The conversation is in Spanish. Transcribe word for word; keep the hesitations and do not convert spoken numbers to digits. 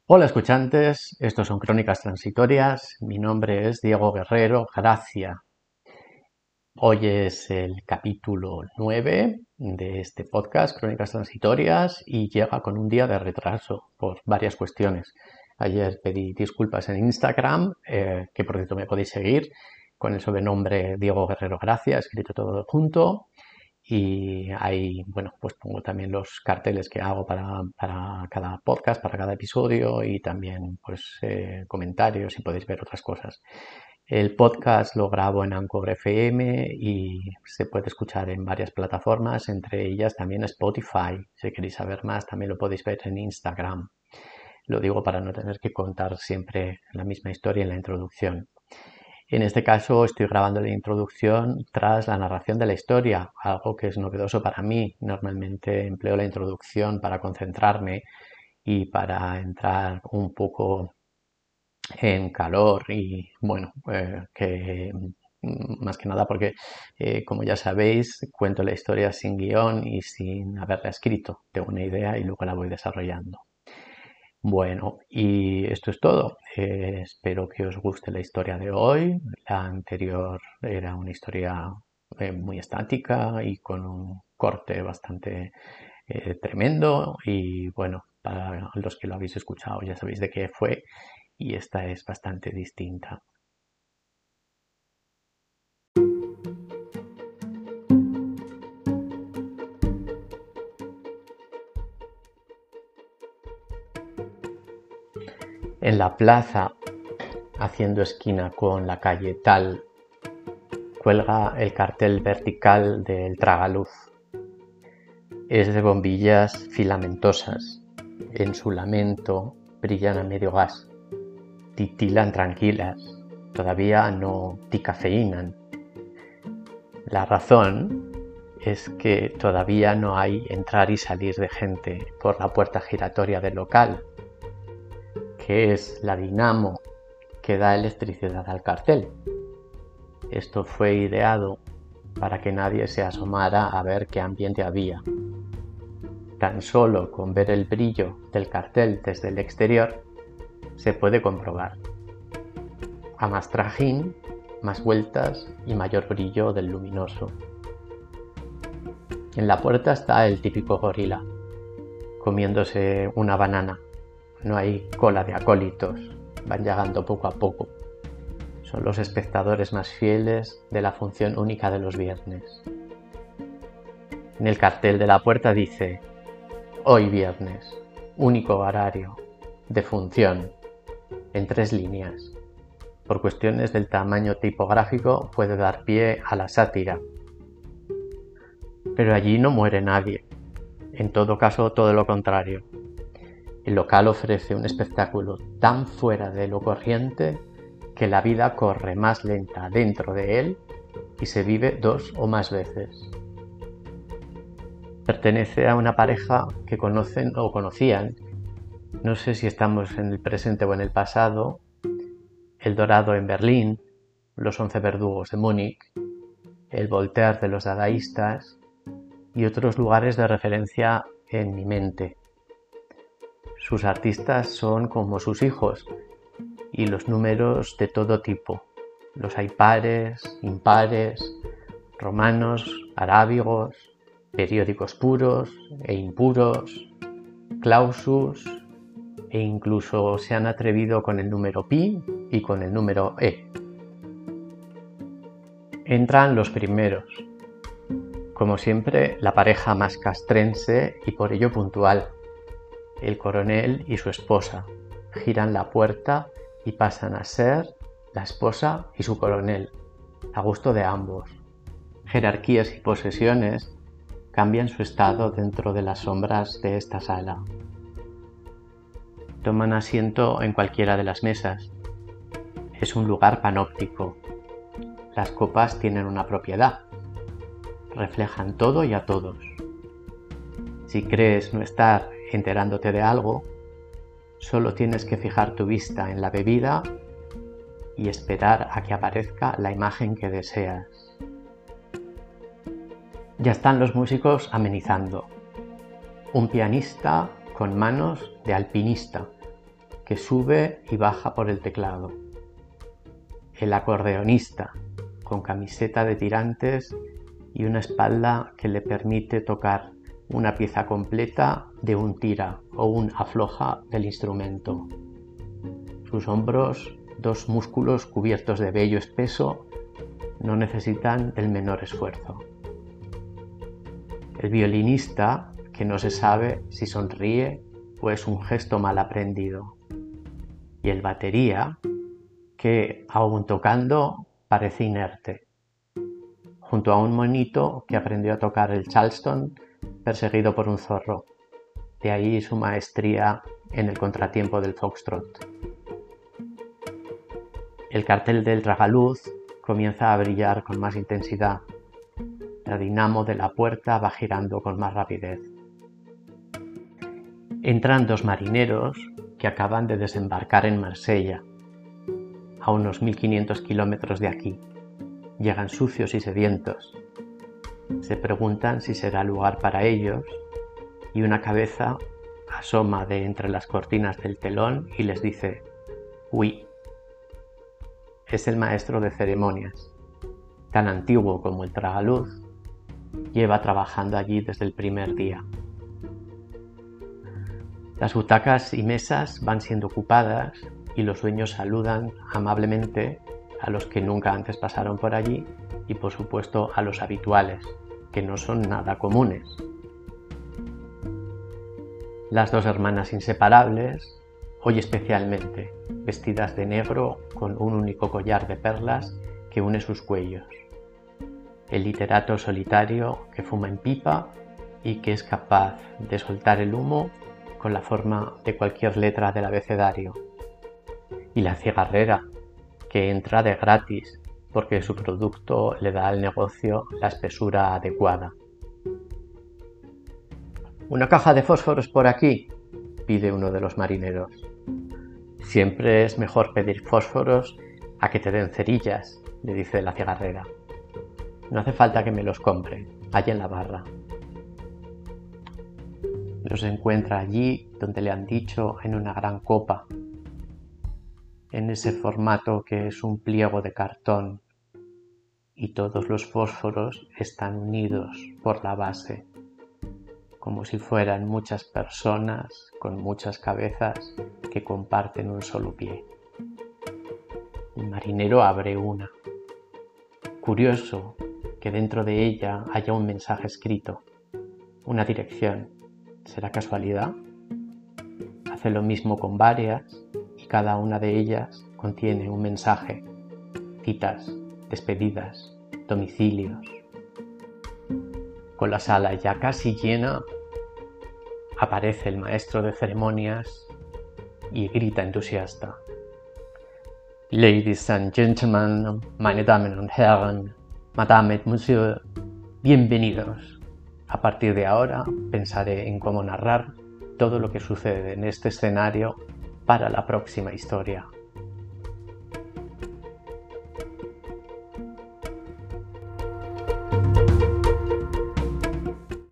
Hola escuchantes, estos son Crónicas Transitorias, mi nombre es Diego Guerrero Gracia. Hoy es el capítulo nueve de este podcast, Crónicas Transitorias, y llega con un día de retraso por varias cuestiones. Ayer pedí disculpas en Instagram, eh, que por cierto me podéis seguir con el sobrenombre Diego Guerrero Gracia, escrito todo junto. Y ahí, bueno, pues pongo también los carteles que hago para, para cada podcast, para cada episodio y también pues eh, comentarios y podéis ver otras cosas. El podcast lo grabo en Anchor F M y se puede escuchar en varias plataformas, entre ellas también Spotify. Si queréis saber más, también lo podéis ver en Instagram. Lo digo para no tener que contar siempre la misma historia en la introducción. En este caso estoy grabando la introducción tras la narración de la historia, algo que es novedoso para mí. Normalmente empleo la introducción para concentrarme y para entrar un poco en calor y bueno, eh, que más que nada porque eh, como ya sabéis cuento la historia sin guión y sin haberla escrito. Tengo una idea y luego la voy desarrollando. Bueno, y esto es todo. Eh, espero que os guste la historia de hoy. La anterior era una historia eh, muy estática y con un corte bastante eh, tremendo. Y bueno, para los que lo habéis escuchado ya sabéis de qué fue. Y esta es bastante distinta. En la plaza, haciendo esquina con la calle Tal, cuelga el cartel vertical del tragaluz. Es de bombillas filamentosas. En su lamento brillan a medio gas. Titilan tranquilas. Todavía no ticafeinan. La razón es que todavía no hay entrar y salir de gente por la puerta giratoria del local, que es la dinamo que da electricidad al cartel. Esto fue ideado para que nadie se asomara a ver qué ambiente había. Tan solo con ver el brillo del cartel desde el exterior se puede comprobar. A más trajín, más vueltas y mayor brillo del luminoso. En la puerta está el típico gorila, comiéndose una banana. No hay cola de acólitos, van llegando poco a poco. Son los espectadores más fieles de la función única de los viernes. En el cartel de la puerta dice: hoy viernes, único horario, de función, en tres líneas. Por cuestiones del tamaño tipográfico puede dar pie a la sátira. Pero allí no muere nadie. En todo caso, todo lo contrario. El local ofrece un espectáculo tan fuera de lo corriente que la vida corre más lenta dentro de él y se vive dos o más veces. Pertenece a una pareja que conocen o conocían, no sé si estamos en el presente o en el pasado, el Dorado en Berlín, los Once Verdugos de Múnich, el Voltaire de los dadaístas y otros lugares de referencia en mi mente. Sus artistas son como sus hijos y los números de todo tipo. Los hay pares, impares, romanos, arábigos, periódicos puros e impuros, clausus, e incluso se han atrevido con el número pi y con el número e. Entran los primeros, como siempre la pareja más castrense y por ello puntual. El coronel y su esposa giran la puerta y pasan a ser la esposa y su coronel, a gusto de ambos. Jerarquías y posesiones cambian su estado dentro de las sombras de esta sala. Toman asiento en cualquiera de las mesas. Es un lugar panóptico. Las copas tienen una propiedad. Reflejan todo y a todos. Si crees no estar enterándote de algo, solo tienes que fijar tu vista en la bebida y esperar a que aparezca la imagen que deseas. Ya están los músicos amenizando. Un pianista con manos de alpinista, que sube y baja por el teclado. El acordeonista, con camiseta de tirantes y una espalda que le permite tocar una pieza completa de un tira o un afloja del instrumento. Sus hombros, dos músculos cubiertos de vello espeso, no necesitan el menor esfuerzo. El violinista, que no se sabe si sonríe o es un gesto mal aprendido. Y el batería, que aún tocando parece inerte, junto a un monito que aprendió a tocar el Charleston perseguido por un zorro. De ahí su maestría en el contratiempo del foxtrot. El cartel del tragaluz comienza a brillar con más intensidad. La dinamo de la puerta va girando con más rapidez. Entran dos marineros que acaban de desembarcar en Marsella, a unos mil quinientos kilómetros de aquí. Llegan sucios y sedientos. Se preguntan si será lugar para ellos y una cabeza asoma de entre las cortinas del telón y les dice «Oui». Es el maestro de ceremonias, tan antiguo como el tragaluz, lleva trabajando allí desde el primer día. Las butacas y mesas van siendo ocupadas y los dueños saludan amablemente a los que nunca antes pasaron por allí y por supuesto a los habituales, que no son nada comunes. Las dos hermanas inseparables, hoy especialmente, vestidas de negro con un único collar de perlas que une sus cuellos. El literato solitario que fuma en pipa y que es capaz de soltar el humo con la forma de cualquier letra del abecedario. Y la cigarrera, que entra de gratis porque su producto le da al negocio la espesura adecuada. «¿Una caja de fósforos por aquí?», pide uno de los marineros. «Siempre es mejor pedir fósforos a que te den cerillas», le dice la cigarrera. «No hace falta que me los compre, allá en la barra». Los encuentra allí donde le han dicho, en una gran copa, en ese formato que es un pliego de cartón, y todos los fósforos están unidos por la base, como si fueran muchas personas con muchas cabezas que comparten un solo pie. El marinero abre una. Curioso que dentro de ella haya un mensaje escrito, una dirección. ¿Será casualidad? Hace lo mismo con varias y cada una de ellas contiene un mensaje, citas, despedidas, domicilios. Con la sala ya casi llena, aparece el maestro de ceremonias y grita entusiasta: «Ladies and gentlemen, meine Damen und Herren, Madame et Monsieur, bienvenidos. A partir de ahora pensaré en cómo narrar todo lo que sucede en este escenario para la próxima historia».